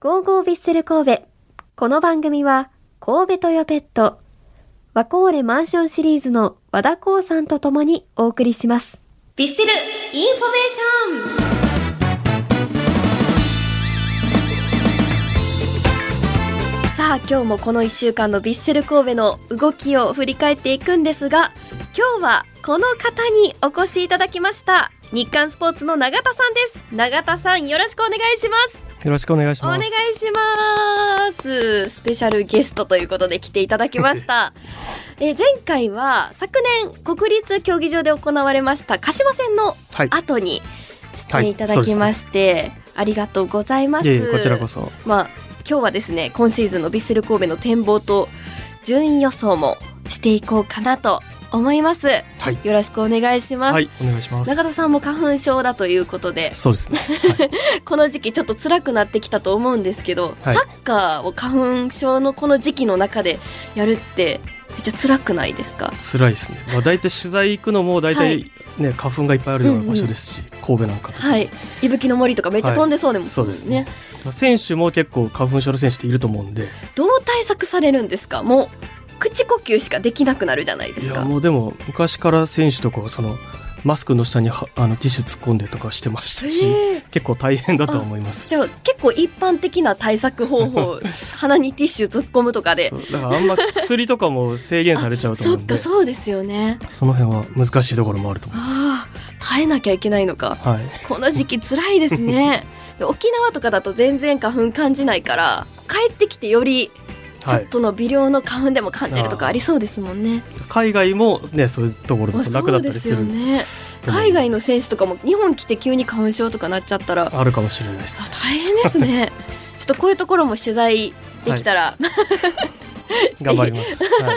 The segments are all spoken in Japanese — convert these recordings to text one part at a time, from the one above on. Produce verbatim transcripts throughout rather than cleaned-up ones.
ゴーゴービッセル神戸。この番組は神戸トヨペット、ワコーレマンションシリーズの和田光さんと共にお送りします。ビッセルインフォメーション。さあ今日もこのいっしゅうかんのビッセル神戸の動きを振り返っていくんですが、今日はこの方にお越しいただきました。日刊スポーツの永田さんです。永田さん、よろしくお願いします。 よろしくお願いします。 お願いします。スペシャルゲストということで来ていただきました。え前回は昨年国立競技場で行われました鹿島戦の後に出演いただきまして、はいはい、ありがとうございます。 いえいえ、こちらこそ。 まあ今日はですね、今シーズンのヴィッセル神戸の展望と順位予想もしていこうかなと思います、はい、よろしくお願いします。 はい、お願いします。 永田さんも花粉症だということで。 そうですね、はい、 この時期ちょっと辛くなってきたと思うんですけど、はい、サッカーを花粉症のこの時期の中でやるってめっちゃ辛くないですか？ 辛いですね、まあ、だいたい取材行くのもだいたい、ね、はい、花粉がいっぱいあるような場所ですし、うんうん、神戸なんかとか、 はい、伊吹の森とかめっちゃ飛んでそうでも、はい、 そうですね。選手も結構花粉症の選手っていると思うんで。 どう対策されるんですか？もう口呼吸しかできなくなるじゃないですか。 いやもうでも昔から選手とかそのマスクの下にはあのティッシュ突っ込んでとかしてましたし、結構大変だと思います。 じゃあ結構一般的な対策方法鼻にティッシュ突っ込むとかで。 だからあんま薬とかも制限されちゃうと思うんで。 そっか、そうですよね。 その辺は難しいところもあると思います。 あ、耐えなきゃいけないのか、 はい、 この時期辛いですね。沖縄とかだと全然花粉感じないから帰ってきてよりちょっとの微量の花粉でも感じるとかありそうですもんね。 海外もね、そういうところだと楽だったりする。 そうですよね。海外の選手とかも日本来て急に花粉症とかなっちゃったらあるかもしれないです。 大変ですね。ちょっとこういうところも取材できたら、はい、 頑張ります、はい、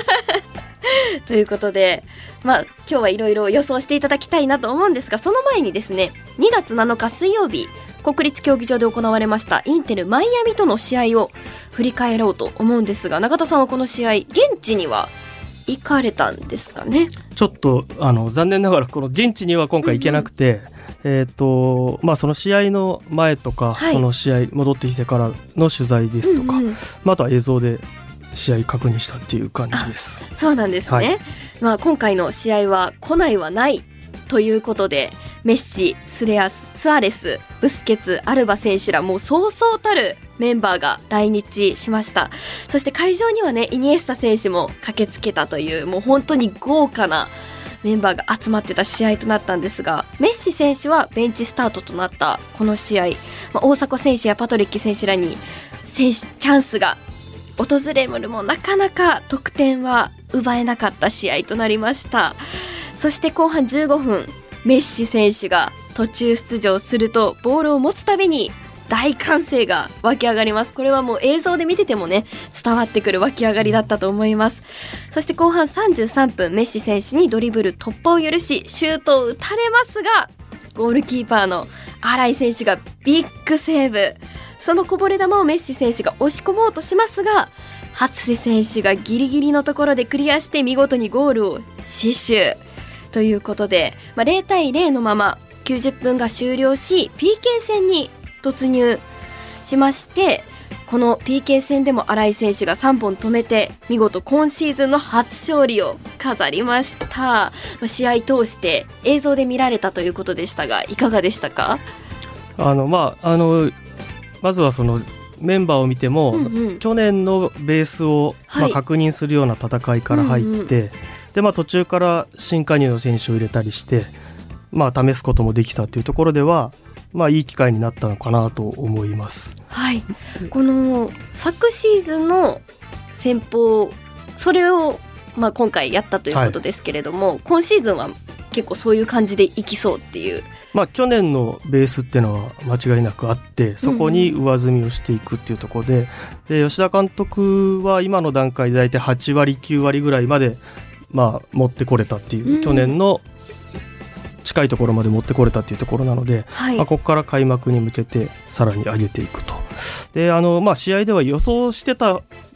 ということで、まあ、今日はいろいろ予想していただきたいなと思うんですが、その前にですね、にがつなのか水曜日国立競技場で行われましたインテルマイアミとの試合を振り返ろうと思うんですが、永田さんはこの試合現地には行かれたんですかね？ ちょっとあの残念ながらこの現地には今回行けなくて、うんうん、えーとまあ、その試合の前とか、はい、その試合戻ってきてからの取材ですとか、うんうん、まあ、あとは映像で試合確認したっていう感じです。 そうなんですね、はい、まあ、今回の試合は来ないはないということで、メッシ、スレアス、スアレス、ブスケツ、アルバ選手らもうそうそうたるメンバーが来日しました。そして会場にはね、イニエスタ選手も駆けつけたという、もう本当に豪華なメンバーが集まってた試合となったんですが、メッシ選手はベンチスタートとなったこの試合、まあ、大迫選手やパトリッキ選手らに選手チャンスが訪れるもなかなか得点は奪えなかった試合となりました。そして後半じゅうごふん、メッシ選手が途中出場するとボールを持つたびに大歓声が湧き上がります。これはもう映像で見ててもね、伝わってくる湧き上がりだったと思います。そして後半さんじゅうさんぷん、メッシ選手にドリブル突破を許しシュートを打たれますが、ゴールキーパーの新井選手がビッグセーブ。そのこぼれ球をメッシ選手が押し込もうとしますが、初瀬選手がギリギリのところでクリアして見事にゴールを死守ということで、まあ、ゼロたいゼロのままきゅうじゅっぷんが終了し ピーケー 戦に突入しまして、この ピーケー 戦でも新井選手がさんぼん止めて見事今シーズンの初勝利を飾りました。まあ、試合通して映像で見られたということでしたが、いかがでしたか？ あの、まあ、あのまずはそのメンバーを見ても、うんうん、去年のベースを、はい、まあ、確認するような戦いから入って、うんうん、でまあ、途中から新加入の選手を入れたりして、まあ、試すこともできたというところでは、まあ、いい機会になったのかなと思います。 はい、この昨シーズンの戦法、それを、まあ、今回やったということですけれども、はい、今シーズンは結構そういう感じでいきそうっていう。 まあ、去年のベースっていうのは間違いなくあって、そこに上積みをしていくっていうところで、うんうん、で吉田監督は今の段階で大体はちわりきゅうわりぐらいまで、まあ、持ってこれたっていう、うん、去年の近いところまで持ってこれたっていうところなので、はい、まあ、ここから開幕に向けてさらに上げていくと。であの、まあ、試合では予想してた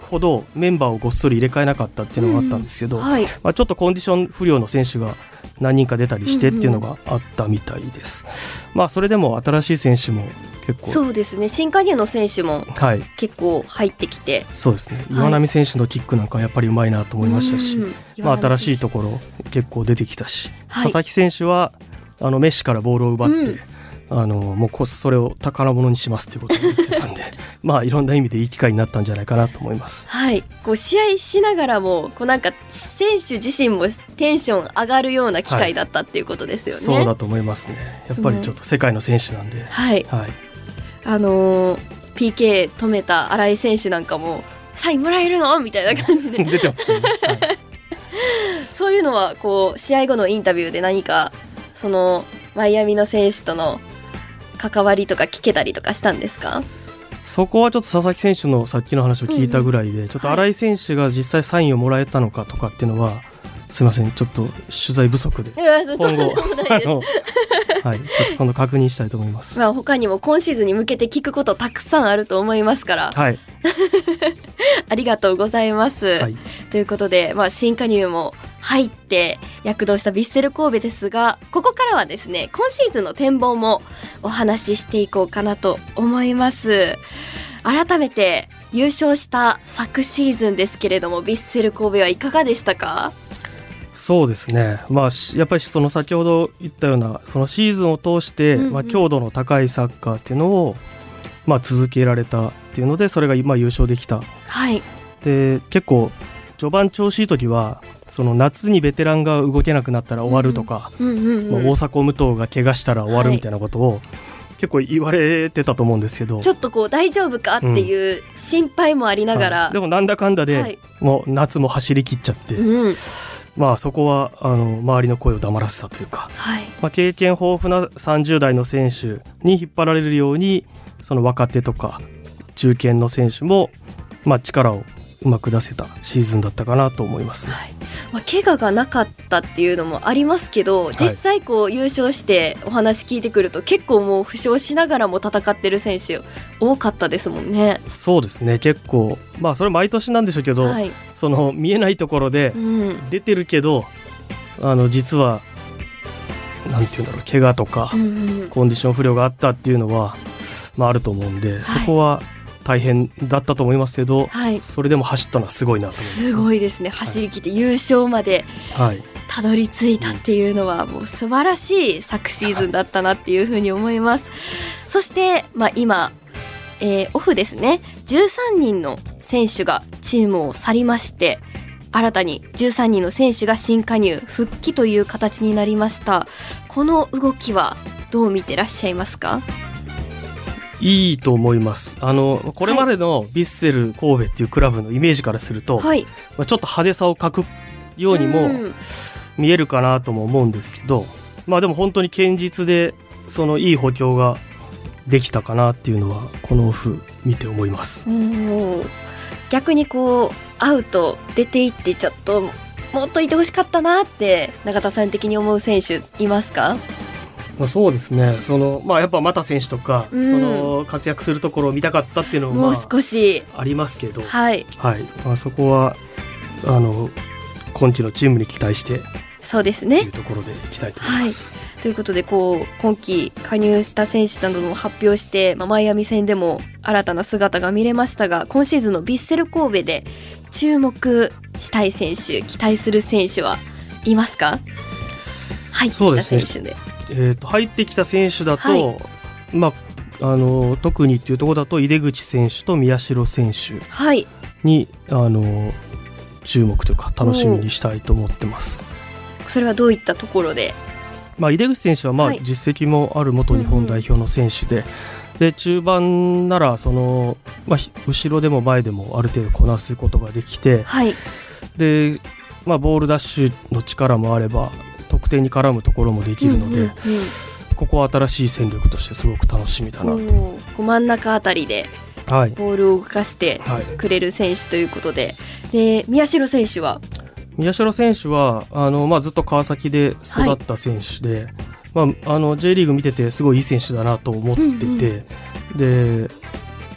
ほどメンバーをごっそり入れ替えなかったっていうのがあったんですけど、うんはいまあ、ちょっとコンディション不良の選手が何人か出たりしてっていうのがあったみたいです、うんうんまあ、それでも新しい選手も結構そうですね新加入の選手も結構入ってきて、はい、 そうですね岩波選手のキックなんかやっぱりうまいなと思いましたし、はいまあ、新しいところ結構出てきたし、はい、佐々木選手はあのメッシからボールを奪って、うんあのもうそれを宝物にしますということを言ってたんでまあいろんな意味でいい機会になったんじゃないかなと思います。 はい、こう試合しながらもこうなんか選手自身もテンション上がるような機会だったっていうことですよね、 はい、そうだと思いますね。やっぱりちょっと世界の選手なんで、 はい、はい、あのー、ピーケー 止めた新井選手なんかもサインもらえるのみたいな感じで出てましたね、はい、 そういうのはこう試合後のインタビューで何かそのマイアミの選手との関わりとか聞けたりとかしたんですか？ そこはちょっと佐々木選手のさっきの話を聞いたぐらいで、うんうん、ちょっと新井選手が実際サインをもらえたのかとかっていうのは、はい、すいませんちょっと取材不足で今後あの、はい、ちょっと今度確認したいと思います。 まあ、他にも今シーズンに向けて聞くことたくさんあると思いますから、 はい、 ありがとうございます、はい、ということで、まあ、新加入も入って躍動したヴィッセル神戸ですがここからはですね今シーズンの展望もお話ししていこうかなと思います。改めて優勝した昨シーズンですけれどもヴィッセル神戸はいかがでしたか？ そうですね、まあ、やっぱりその先ほど言ったようなそのシーズンを通して、うんうんまあ、強度の高いサッカーっていうのを、まあ、続けられたっていうのでそれが今優勝できた、 はい、 で結構序盤調子いい時はその夏にベテランが動けなくなったら終わるとか、うんうんうんうんまあ、大迫武藤が怪我したら終わるみたいなことを、はい、結構言われてたと思うんですけどちょっとこう大丈夫かっていう心配もありながら、うんはい、でもなんだかんだで、はい、もう夏も走り切っちゃって、うんまあ、そこはあの周りの声を黙らせたというか、はいまあ、経験豊富なさんじゅう代の選手に引っ張られるようにその若手とか中堅の選手も、まあ、力をうまく出せたシーズンだったかなと思いますね、 はいまあ、怪我がなかったっていうのもありますけど実際こう優勝してお話聞いてくると結構もう負傷しながらも戦ってる選手多かったですもんね。 そうですね結構まあそれ毎年なんでしょうけど、はい、その見えないところで出てるけど、うん、あの実はなんていうんだろう怪我とか、うんうん、コンディション不良があったっていうのは、まあ、あると思うんで、はい、そこは大変だったと思いますけど、はい、それでも走ったのはすごいなと思います、ね、 すごいですね走り切って優勝までたどり着いたっていうのはもう素晴らしい昨シーズンだったなっていうふうに思います、はい、そして、まあ、今、えー、オフですねじゅうさんにんの選手がチームを去りまして新たにじゅうさんにんの選手が新加入復帰という形になりました。この動きはどう見てらっしゃいますか？ いいと思います。あのこれまでのヴィッセル神戸っていうクラブのイメージからすると、はいまあ、ちょっと派手さを欠くようにも見えるかなとも思うんですけど、まあでも本当に堅実でそのいい補強ができたかなっていうのはこのオフ見て思います。 お逆にこうアウト出ていってちょっともっといてほしかったなって永田さん的に思う選手いますか？ まあ、そうですねその、まあ、やっぱ又選手とか、うん、その活躍するところを見たかったっていうのも、まあ、 もう少しありますけど、 はいはいまあ、そこはあの今季のチームに期待してそうですねというところでいきたいと思います、 はい、ということでこう今季加入した選手なども発表して、まあ、マイアミ戦でも新たな姿が見れましたが今シーズンのヴィッセル神戸で注目したい選手期待する選手はいますか？入ってきた選手でえー、と入ってきた選手だと、はいまあ、あの特にっていうところだと井出口選手と宮代選手に、はい、あの注目というか楽しみにしたいと思ってます。 それはどういったところで？ まあ、井出口選手はまあ実績もある元日本代表の選手で、うんうん、で中盤ならその、まあ、後ろでも前でもある程度こなすことができて、はいでまあ、ボールダッシュの力もあれば得点に絡むところもできるので、うんうんうん、ここは新しい戦力としてすごく楽しみだなと。 真ん中あたりでボールを動かしてくれる選手ということで、はい、で宮代選手は宮代選手はあの、まあ、ずっと川崎で育った選手で、はいまあ、あの J リーグ見ててすごいいい選手だなと思ってて、うんうん、で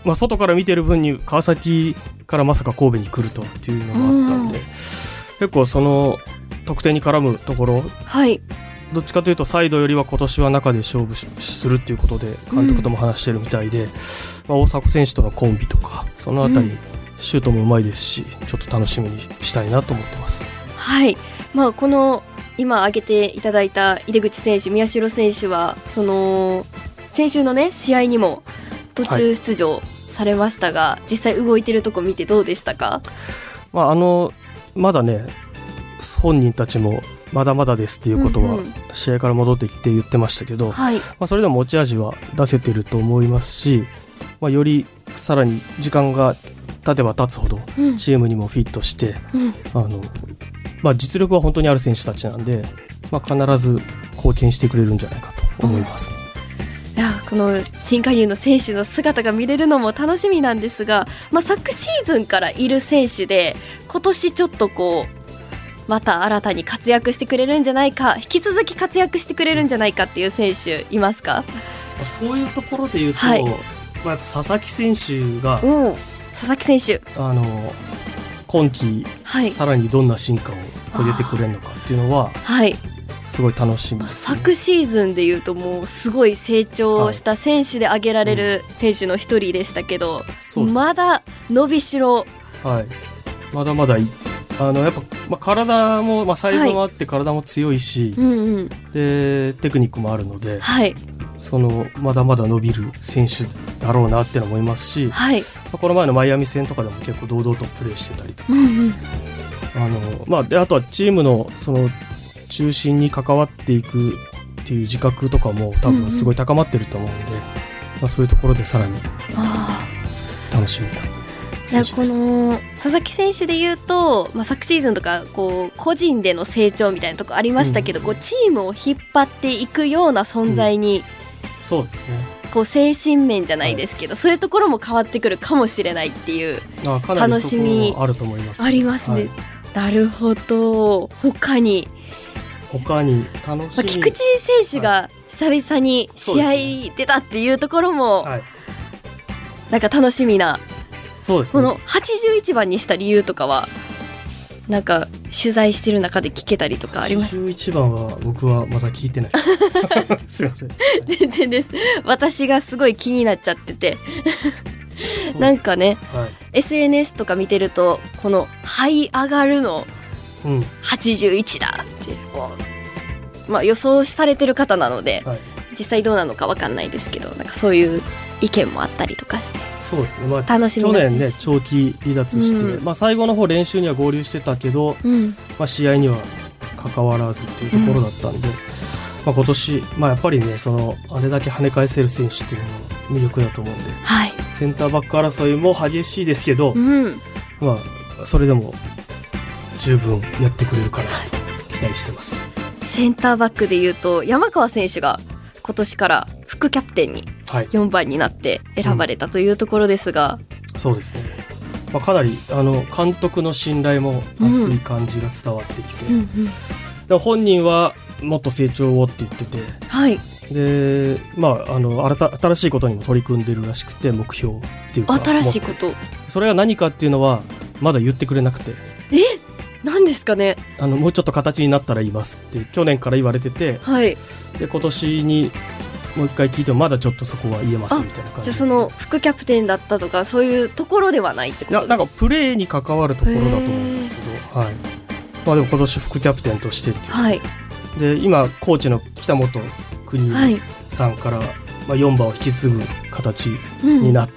まあ、外から見てる分に川崎からまさか神戸に来るとっていうのがあったんで、結構その得点に絡むところ、 はい、 どっちかというとサイドよりは今年は中で勝負するっていうことで監督とも話してるみたいで、うん、まあ、大迫選手とのコンビとかそのあたり、うん、シュートもうまいですし、ちょっと楽しみにしたいなと思ってます。 はい、まあ、この今挙げていただいた井出口選手、宮代選手はその先週のね試合にも途中出場されましたが、はい、実際動いてるとこ見てどうでしたか？ まあ、あのまだね本人たちもまだまだですっていうことは試合から戻ってきて言ってましたけど、うんうん、はい、まあ、それでも持ち味は出せてると思いますし、まあ、よりさらに時間が経てば経つほどチームにもフィットして、うん、あのまあ、実力は本当にある選手たちなんで、まあ、必ず貢献してくれるんじゃないかと思います、 うん、いやこの新加入の選手の姿が見れるのも楽しみなんですが、まあ、昨シーズンからいる選手で今年ちょっとこうまた新たに活躍してくれるんじゃないか、引き続き活躍してくれるんじゃないかっていう選手いますか？ そういうところで言うと、はい、まあ、やっぱ佐々木選手が、 佐々木選手あの今季、はい、さらにどんな進化を遂げてくれるのかっていうのは、はい、すごい楽しみですね。 昨シーズンでいうともうすごい成長した選手で挙げられる選手の一人でしたけど、うん、まだ伸びしろ、 はい、まだまだいあのやっぱ、まあ、体も、まあ、サイズもあって体も強いし、はい、うんうん、でテクニックもあるので、はい、そのまだまだ伸びる選手だろうなって思いますし、はい、まあ、この前のマイアミ戦とかでも結構堂々とプレーしてたりとか、うんうん、あのまあ、であとはチームのその中心に関わっていくっていう自覚とかも多分すごい高まってると思うので、うんうん、まあ、そういうところでさらに楽しみだ選手です。 この佐々木選手でいうと、まあ、昨シーズンとかこう個人での成長みたいなところありましたけど、うん、こうチームを引っ張っていくような存在に、うん、 そうですね、 こう精神面じゃないですけど、はい、そういうところも変わってくるかもしれないっていう楽しみあると思います。 ありますね、はい、なるほど。他に他に楽しみ、まあ、 菊池選手が久々に試合出たっていうところも、はい、なんか楽しみな。 そうですね、 このはちじゅういちばんにした理由とかはなんか取材してる中で聞けたりとかあります？ はちじゅういちばんは僕はまだ聞いてないすいません。 全然です。私がすごい気になっちゃっててなんかね、はい、エスエヌエス とか見てるとこの這い上がるのはちじゅういちだって、うん、まあ、予想されてる方なので、はい、実際どうなのか分かんないですけど、なんかそういう意見もあったりとかして、 そうですね、まあ、 楽しみな選手。 去年ね長期離脱して、うん、まあ、最後の方練習には合流してたけど、うん、まあ、試合には関わらずというところだったんで、うん、まあ、今年、まあ、やっぱりねそのあれだけ跳ね返せる選手っていうのも魅力だと思うんで、はい、センターバック争いも激しいですけど、うん、まあ、それでも十分やってくれるかなと期待してます。 センターバックでいうと山川選手が今年から副キャプテンによんばんになって選ばれたというところですが、 うん、そうですね、まあ、かなりあの監督の信頼も熱い感じが伝わってきて、うんうんうん、で本人はもっと成長をって言ってて、はい、で、まあ、あの新しいことにも取り組んでるらしくて、目標っていうか新しいこと、 それが何かっていうのはまだ言ってくれなくて、 え何ですかね。 あのもうちょっと形になったら言いますって去年から言われてて、はい、で今年にもう一回聞いてもまだちょっとそこは言えますみたいな感じで。 じゃあその副キャプテンだったとかそういうところではないってこと？ いや、なんかプレーに関わるところだと思うんですけど、はい、まあ、でも今年副キャプテンとしてっていう、はい、で今コーチの北本邦さんから、はい、まあ、よんばんを引き継ぐ形になって、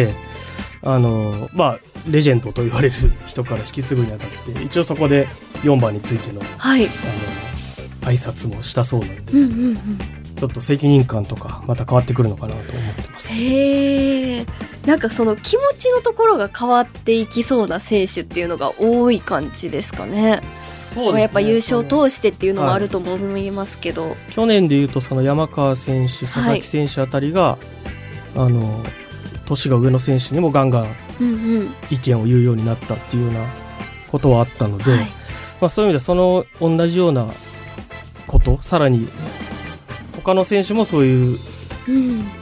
うん、あのまあレジェンドと言われる人から引き継ぐにあたって一応そこでよんばんについての、はい、あの挨拶もしたそうなんで、うんうんうん、ちょっと責任感とかまた変わってくるのかなと思ってます。 へー、なんかその気持ちのところが変わっていきそうな選手っていうのが多い感じですかね。そうですね、やっぱ優勝を通してっていうのもあると思いますけど、はい、 去年でいうとその山川選手、佐々木選手あたりが、はい、あの年が上の選手にもガンガン意見を言うようになったっていうようなことはあったので、はい、まあ、そういう意味でその同じようなこと、さらに他の選手もそういう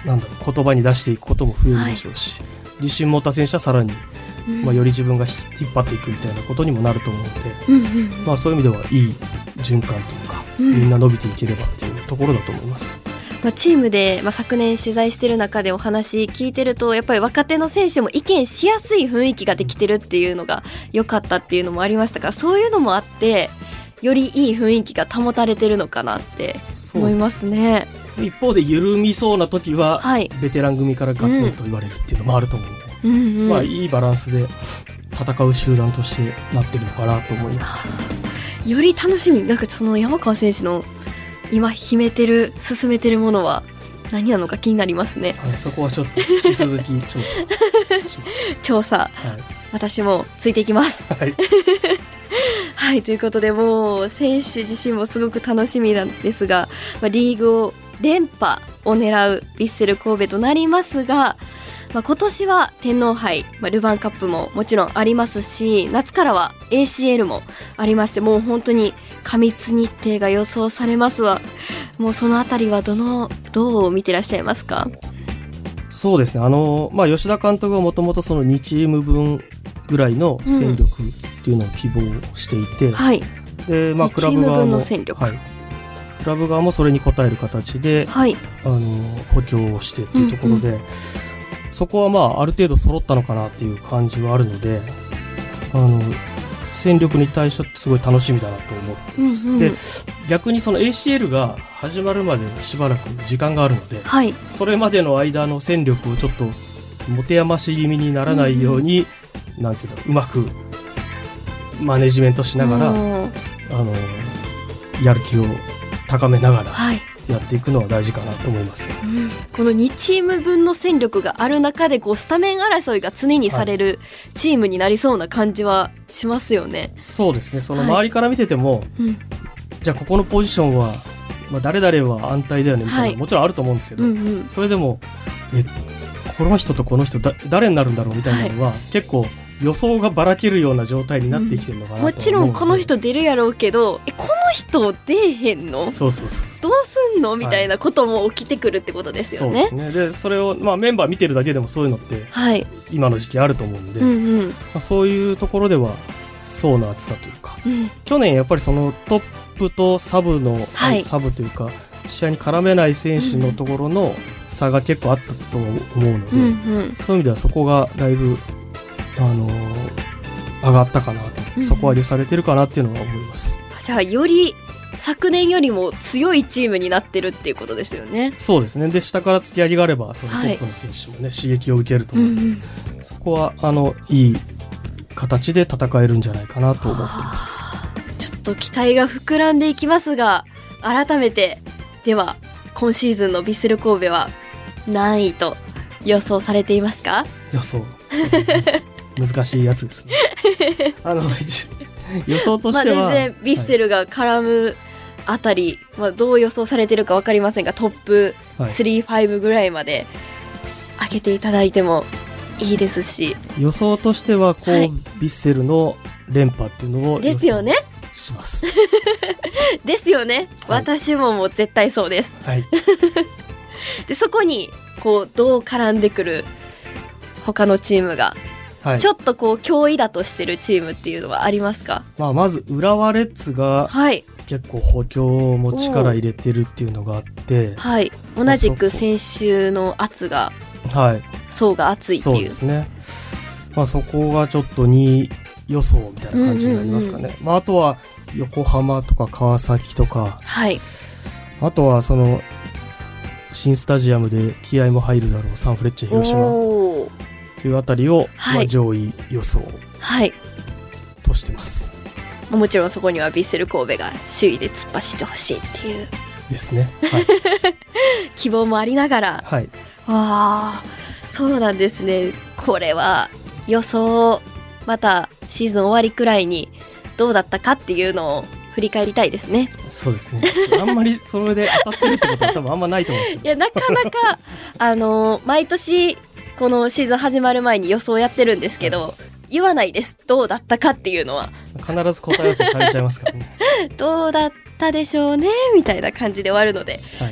なんだろう言葉に出していくことも増えるでしょうし、はい、自信持った選手はさらに、うんまあ、より自分が引っ張っていくみたいなことにもなると思うので、うんうんまあ、そういう意味ではいい循環というか、うん、みんな伸びていければっていうところだと思います。 まあ、チームで、まあ、昨年取材してる中でお話聞いてるとやっぱり若手の選手も意見しやすい雰囲気ができてるっていうのが良かったっていうのもありましたから、そういうのもあってよりいい雰囲気が保たれてるのかなって思いますね。 一方で緩みそうな時は、はい、ベテラン組からガツンと言われるっていうのもあると思うので、うんうんうんまあ、いいバランスで戦う集団としてなってるのかなと思います。 より楽しみ、なんかその山川選手の今秘めてる進めてるものは何なのか気になりますね、 はい、そこはちょっと引き続き調査します調査、はい、私もついていきますはい、はい、ということでもう選手自身もすごく楽しみなんですが、まあ、リーグを連覇を狙うヴィッセル神戸となりますが、まあ、今年は天皇杯、まあ、ルヴァンカップももちろんありますし、夏からは エーシーエル もありまして、もう本当に過密日程が予想されますわ。もうそのあたりはどのどう見てらっしゃいますか？ そうですね、あの、まあ、吉田監督はもともとそのにチーム分ぐらいの戦力っていうのを希望していて、うんはいでまあ、クラブ側も、はい、クラブ側もそれに応える形で、はい、あの補強をしてっていうところで、うんうん、そこはまあある程度揃ったのかなっていう感じはあるので、あの戦力に対してすごい楽しみだなと思ってます、うんうん、で逆にその エーシーエル が始まるまでしばらく時間があるので、はい、それまでの間の戦力をちょっと持て余し気味にならないように、うん、なんていうのうまくマネジメントしながら、あのやる気を高めながらやっていくのは大事かなと思います、 うん、このにチーム分の戦力がある中でこうスタメン争いが常にされるチームになりそうな感じはしますよね、はい、 そうですね、その周りから見てても、はいうん、じゃあここのポジションは、まあ、誰々は安泰だよねみたいな、はい、もちろんあると思うんですけど、うんうん、それでもえこの人とこの人だ誰になるんだろうみたいなのは、はい、結構予想がばらけるような状態になってきてるのかなと思うので、うん、もちろんこの人出るやろうけどえこの人出えへんのそうそうそうどうすんのみたいなことも起きてくるってことですよね、はい、 そうですね。でそれを、まあ、メンバー見てるだけでもそういうのって、はい、今の時期あると思うんで、うんうんまあ、そういうところでは層の厚さというか、うん、去年やっぱりそのトップとサブの、はい、サブというか試合に絡めない選手のところの差が結構あったと思うので、うんうん、そういう意味ではそこがだいぶあの上がったかなと、うん、底上げされてるかなっていうのは思います。 じゃあより昨年よりも強いチームになってるっていうことですよね。 そうですね。で下から突き上げがあればそのトップの選手もね、はい、刺激を受けると思うので、うんうん、そこはあのいい形で戦えるんじゃないかなと思っています。 ちょっと期待が膨らんでいきますが、改めてでは今シーズンのヴィッセル神戸は何位と予想されていますか？ 予想難しいやつですねあの予想としては、 まあ、全然ヴィッセルが絡むあたり、はいまあ、どう予想されてるか分かりませんがトップさん、はい、ごぐらいまで上げていただいてもいいですし、 予想としてはこう、はい、ヴィッセルの連覇っていうのをですよねしますですよね、はい、私ももう絶対そうです、はい、でそこにこうどう絡んでくる他のチームがはい、ちょっとこう脅威だとしてるチームっていうのはありますか？ まあ、まず浦和レッズが結構補強も力入れてるっていうのがあって、 はい、同じく先週の圧が、はい、層が厚いっていう、そうですね、 まあ、そこがちょっとにい予想みたいな感じになりますかね、うんうんうんまあ、あとは横浜とか川崎とか、はい、あとはその新スタジアムで気合も入るだろうサンフレッチェ広島というあたりを、はいまあ、上位予想としてます、 はい、もちろんそこにはヴィッセル神戸が首位で突っ走ってほしいっていうですね、はい、 希望もありながら、はい、あそうなんですね。これは予想またシーズン終わりくらいにどうだったかっていうのを振り返りたいですね。 そうですね。あんまりそれで当たってるってことは多分あんまないと思うんですよ。 いやなかなかあの毎年このシーズン始まる前に予想やってるんですけど、はい、言わないです。どうだったかっていうのは必ず答え合わせされちゃいますからねどうだったでしょうねみたいな感じで終わるので、はい、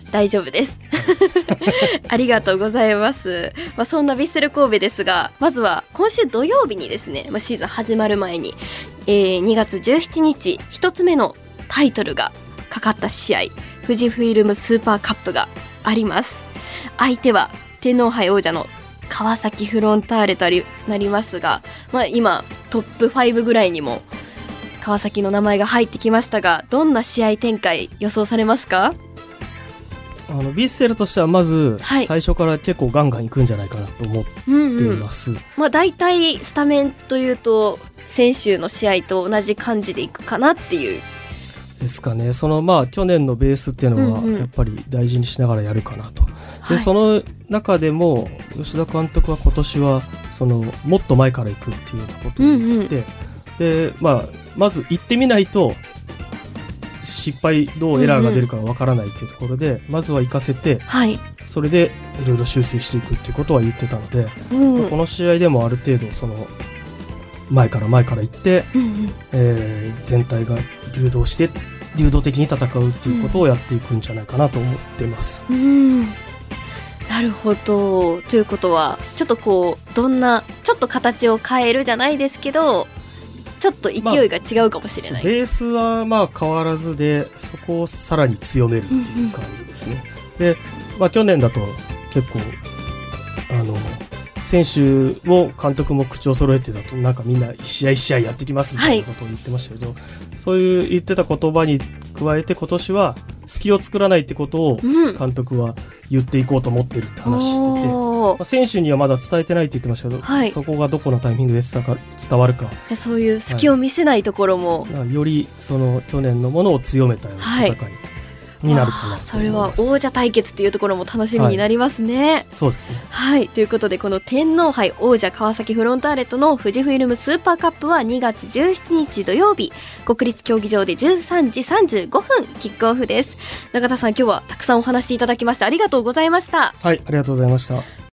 大丈夫ですありがとうございます、まあ、そんなヴィッセル神戸ですが、まずは今週土曜日にですね、まあ、シーズン始まる前に、えー、にがつじゅうしちにち一つ目のタイトルがかかった試合、富士フイルムスーパーカップがあります。相手は天皇杯王者の川崎フロンターレとなりますが、まあ、今トップごぐらいにも川崎の名前が入ってきましたが、どんな試合展開予想されますか？ あのヴィッセルとしてはまず最初から結構ガンガンいくんじゃないかなと思っています、うんうん、 まあ、大体スタメンというと先週の試合と同じ感じでいくかなっていうですかね。そのまあ去年のベースっていうのはやっぱり大事にしながらやるかなと、うんうん、で、はい、その中でも吉田監督は今年はそのもっと前から行くっていうようなことを言って、うんうん、で、まあ、まず行ってみないと失敗どうエラーが出るかわからないっていうところで、うんうん、まずは行かせて、はい、それでいろいろ修正していくっていうことは言ってたので、うんまあ、この試合でもある程度その前から前から行って、うんうんえー、全体が流動して流動的に戦うっていうことをやっていくんじゃないかなと思ってます、 うんうん、なるほど。ということはちょっとこうどんなちょっと形を変えるじゃないですけどちょっと勢いが違うかもしれない、 まあ、ベースはまあ変わらずでそこをさらに強めるっていう感じですね、うんうん、で、まあ、去年だと結構あの選手も監督も口を揃えてたとなんかみんな一試合一試合やってきますみたいなことを言ってましたけど、はい、そういう言ってた言葉に加えて今年は隙を作らないってことを監督は言っていこうと思ってるって話してて、うんまあ、選手にはまだ伝えてないって言ってましたけど、はい、そこがどこのタイミングで伝わるか、 じゃそういう隙を見せないところも、 はい、よりその去年のものを強めたような戦い、はいになるかなと思います。 それは王者対決というところも楽しみになりますね、はい、 そうですね。 はい、ということでこの天皇杯王者川崎フロンターレとの富士フイルムスーパーカップはにがつじゅうしちにち土曜日国立競技場でじゅうさんじさんじゅうごふんキックオフです。永田さん、今日はたくさんお話しいただきましてありがとうございました。 はい、ありがとうございました。